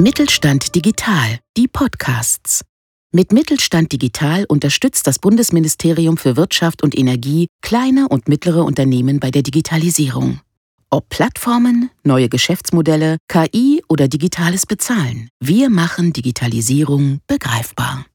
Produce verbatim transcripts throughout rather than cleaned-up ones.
Mittelstand Digital, die Podcasts. Mit Mittelstand Digital unterstützt das Bundesministerium für Wirtschaft und Energie kleine und mittlere Unternehmen bei der Digitalisierung. Ob Plattformen, neue Geschäftsmodelle, K I oder digitales Bezahlen. Wir machen Digitalisierung begreifbar.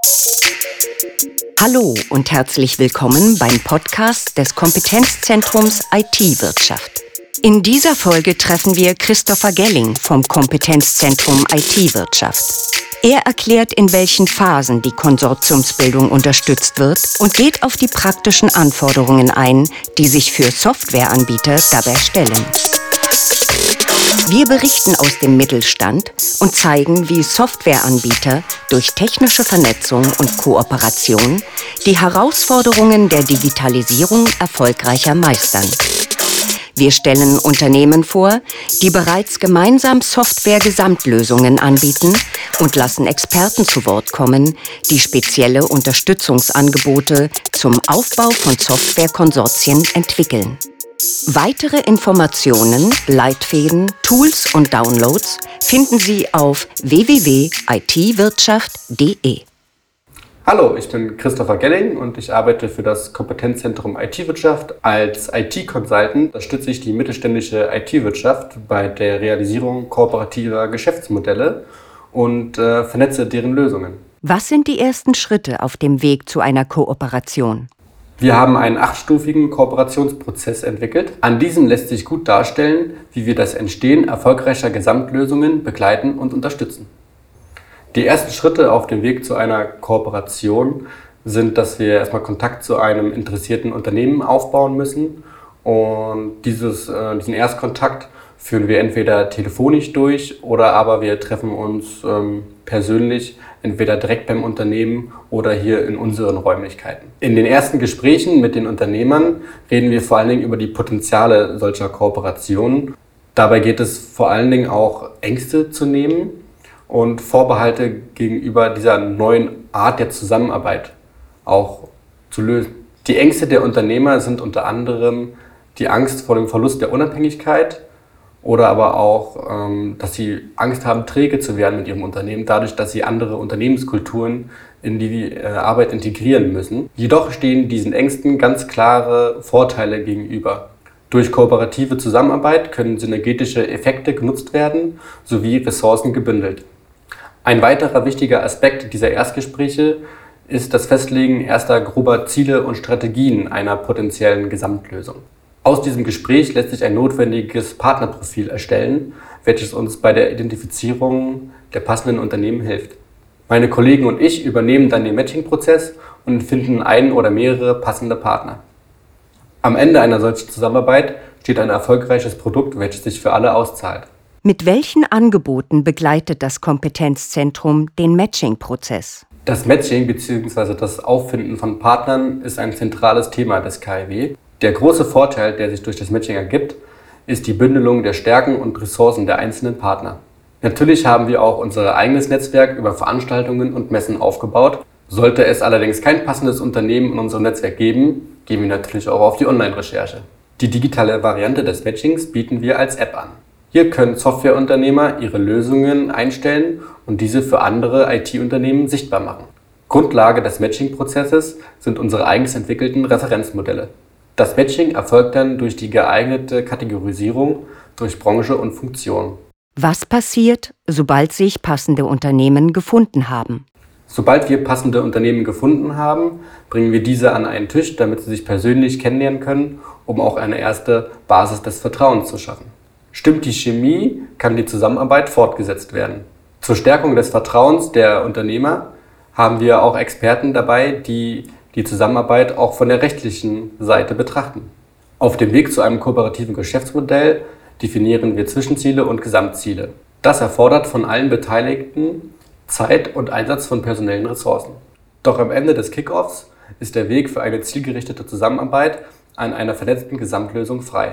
Hallo und herzlich willkommen beim Podcast des Kompetenzzentrums I T-Wirtschaft. In dieser Folge treffen wir Christopher Gelling vom Kompetenzzentrum I T-Wirtschaft. Er erklärt, in welchen Phasen die Konsortiumsbildung unterstützt wird und geht auf die praktischen Anforderungen ein, die sich für Softwareanbieter dabei stellen. Wir berichten aus dem Mittelstand und zeigen, wie Softwareanbieter durch technische Vernetzung und Kooperation die Herausforderungen der Digitalisierung erfolgreicher meistern. Wir stellen Unternehmen vor, die bereits gemeinsam Software-Gesamtlösungen anbieten und lassen Experten zu Wort kommen, die spezielle Unterstützungsangebote zum Aufbau von Softwarekonsortien entwickeln. Weitere Informationen, Leitfäden, Tools und Downloads finden Sie auf w w w punkt i t wirtschaft punkt d e. Hallo, ich bin Christopher Gelling und ich arbeite für das Kompetenzzentrum I T-Wirtschaft. Als I T-Consultant unterstütze ich die mittelständische I T-Wirtschaft bei der Realisierung kooperativer Geschäftsmodelle und äh, vernetze deren Lösungen. Was sind die ersten Schritte auf dem Weg zu einer Kooperation? Wir haben einen achtstufigen Kooperationsprozess entwickelt. An diesem lässt sich gut darstellen, wie wir das Entstehen erfolgreicher Gesamtlösungen begleiten und unterstützen. Die ersten Schritte auf dem Weg zu einer Kooperation sind, dass wir erstmal Kontakt zu einem interessierten Unternehmen aufbauen müssen. Und dieses, äh, diesen Erstkontakt führen wir entweder telefonisch durch oder aber wir treffen uns ähm, persönlich, entweder direkt beim Unternehmen oder hier in unseren Räumlichkeiten. In den ersten Gesprächen mit den Unternehmern reden wir vor allen Dingen über die Potenziale solcher Kooperationen. Dabei geht es vor allen Dingen auch, Ängste zu nehmen und Vorbehalte gegenüber dieser neuen Art der Zusammenarbeit auch zu lösen. Die Ängste der Unternehmer sind unter anderem die Angst vor dem Verlust der Unabhängigkeit oder aber auch, ähm, dass sie Angst haben, träge zu werden mit ihrem Unternehmen, dadurch, dass sie andere Unternehmenskulturen in die äh, Arbeit integrieren müssen. Jedoch stehen diesen Ängsten ganz klare Vorteile gegenüber. Durch kooperative Zusammenarbeit können synergetische Effekte genutzt werden, sowie Ressourcen gebündelt. Ein weiterer wichtiger Aspekt dieser Erstgespräche ist das Festlegen erster grober Ziele und Strategien einer potenziellen Gesamtlösung. Aus diesem Gespräch lässt sich ein notwendiges Partnerprofil erstellen, welches uns bei der Identifizierung der passenden Unternehmen hilft. Meine Kollegen und ich übernehmen dann den Matching-Prozess und finden einen oder mehrere passende Partner. Am Ende einer solchen Zusammenarbeit steht ein erfolgreiches Produkt, welches sich für alle auszahlt. Mit welchen Angeboten begleitet das Kompetenzzentrum den Matching-Prozess? Das Matching bzw. das Auffinden von Partnern ist ein zentrales Thema des K I W. Der große Vorteil, der sich durch das Matching ergibt, ist die Bündelung der Stärken und Ressourcen der einzelnen Partner. Natürlich haben wir auch unser eigenes Netzwerk über Veranstaltungen und Messen aufgebaut. Sollte es allerdings kein passendes Unternehmen in unserem Netzwerk geben, gehen wir natürlich auch auf die Online-Recherche. Die digitale Variante des Matchings bieten wir als App an. Hier können Softwareunternehmer ihre Lösungen einstellen und diese für andere I T-Unternehmen sichtbar machen. Grundlage des Matching-Prozesses sind unsere eigens entwickelten Referenzmodelle. Das Matching erfolgt dann durch die geeignete Kategorisierung durch Branche und Funktion. Was passiert, sobald sich passende Unternehmen gefunden haben? Sobald wir passende Unternehmen gefunden haben, bringen wir diese an einen Tisch, damit sie sich persönlich kennenlernen können, um auch eine erste Basis des Vertrauens zu schaffen. Stimmt die Chemie, kann die Zusammenarbeit fortgesetzt werden. Zur Stärkung des Vertrauens der Unternehmer haben wir auch Experten dabei, die die Zusammenarbeit auch von der rechtlichen Seite betrachten. Auf dem Weg zu einem kooperativen Geschäftsmodell definieren wir Zwischenziele und Gesamtziele. Das erfordert von allen Beteiligten Zeit und Einsatz von personellen Ressourcen. Doch am Ende des Kickoffs ist der Weg für eine zielgerichtete Zusammenarbeit an einer vernetzten Gesamtlösung frei.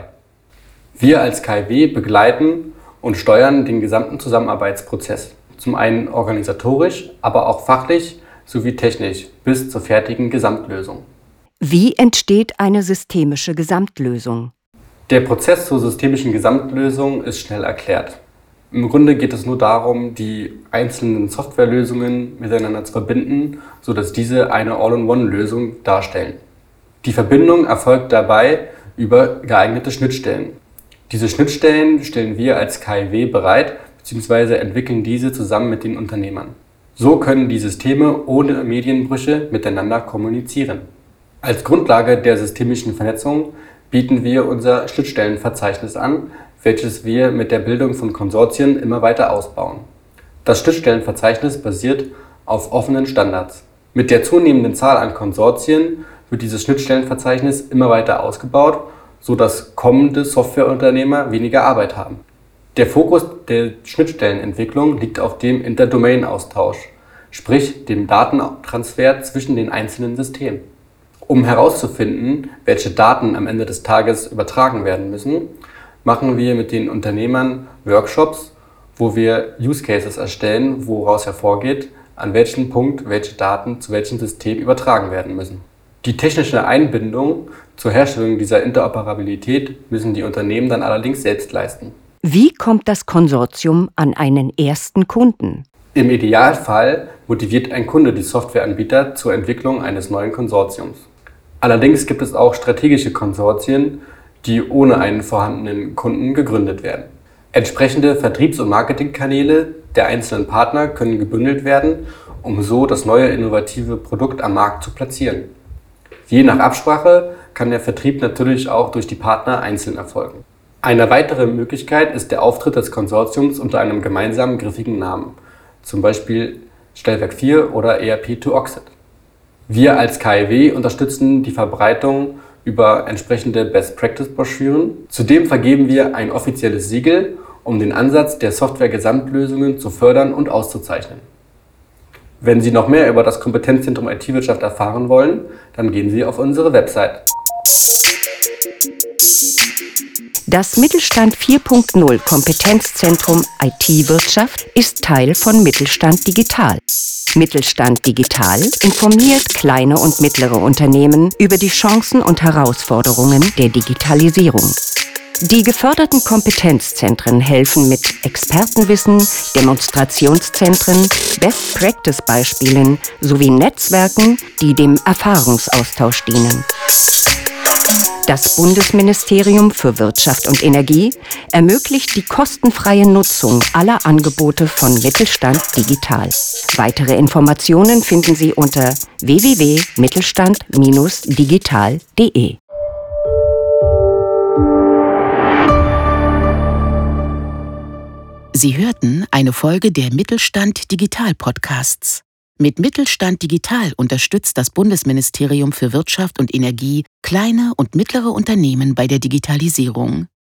Wir als K I W begleiten und steuern den gesamten Zusammenarbeitsprozess. Zum einen organisatorisch, aber auch fachlich sowie technisch bis zur fertigen Gesamtlösung. Wie entsteht eine systemische Gesamtlösung? Der Prozess zur systemischen Gesamtlösung ist schnell erklärt. Im Grunde geht es nur darum, die einzelnen Softwarelösungen miteinander zu verbinden, sodass diese eine All-in-One-Lösung darstellen. Die Verbindung erfolgt dabei über geeignete Schnittstellen. Diese Schnittstellen stellen wir als K I W bereit bzw. entwickeln diese zusammen mit den Unternehmern. So können die Systeme ohne Medienbrüche miteinander kommunizieren. Als Grundlage der systemischen Vernetzung bieten wir unser Schnittstellenverzeichnis an, welches wir mit der Bildung von Konsortien immer weiter ausbauen. Das Schnittstellenverzeichnis basiert auf offenen Standards. Mit der zunehmenden Zahl an Konsortien wird dieses Schnittstellenverzeichnis immer weiter ausgebaut, sodass kommende Softwareunternehmer weniger Arbeit haben. Der Fokus der Schnittstellenentwicklung liegt auf dem Interdomain-Austausch, sprich dem Datentransfer zwischen den einzelnen Systemen. Um herauszufinden, welche Daten am Ende des Tages übertragen werden müssen, machen wir mit den Unternehmern Workshops, wo wir Use Cases erstellen, woraus hervorgeht, an welchem Punkt welche Daten zu welchem System übertragen werden müssen. Die technische Einbindung zur Herstellung dieser Interoperabilität müssen die Unternehmen dann allerdings selbst leisten. Wie kommt das Konsortium an einen ersten Kunden? Im Idealfall motiviert ein Kunde die Softwareanbieter zur Entwicklung eines neuen Konsortiums. Allerdings gibt es auch strategische Konsortien, die ohne einen vorhandenen Kunden gegründet werden. Entsprechende Vertriebs- und Marketingkanäle der einzelnen Partner können gebündelt werden, um so das neue innovative Produkt am Markt zu platzieren. Je nach Absprache kann der Vertrieb natürlich auch durch die Partner einzeln erfolgen. Eine weitere Möglichkeit ist der Auftritt des Konsortiums unter einem gemeinsamen griffigen Namen, zum Beispiel Stellwerk vier oder E R P to Oxid. Wir als K I W unterstützen die Verbreitung über entsprechende Best-Practice-Broschüren. Zudem vergeben wir ein offizielles Siegel, um den Ansatz der Software-Gesamtlösungen zu fördern und auszuzeichnen. Wenn Sie noch mehr über das Kompetenzzentrum I T-Wirtschaft erfahren wollen, dann gehen Sie auf unsere Website. Das Mittelstand vier Punkt null Kompetenzzentrum I T-Wirtschaft ist Teil von Mittelstand Digital. Mittelstand Digital informiert kleine und mittlere Unternehmen über die Chancen und Herausforderungen der Digitalisierung. Die geförderten Kompetenzzentren helfen mit Expertenwissen, Demonstrationszentren, Best-Practice-Beispielen sowie Netzwerken, die dem Erfahrungsaustausch dienen. Das Bundesministerium für Wirtschaft und Energie ermöglicht die kostenfreie Nutzung aller Angebote von Mittelstand Digital. Weitere Informationen finden Sie unter w w w punkt mittelstand Bindestrich digital punkt de. Sie hörten eine Folge der Mittelstand Digital Podcasts. Mit Mittelstand Digital unterstützt das Bundesministerium für Wirtschaft und Energie kleine und mittlere Unternehmen bei der Digitalisierung.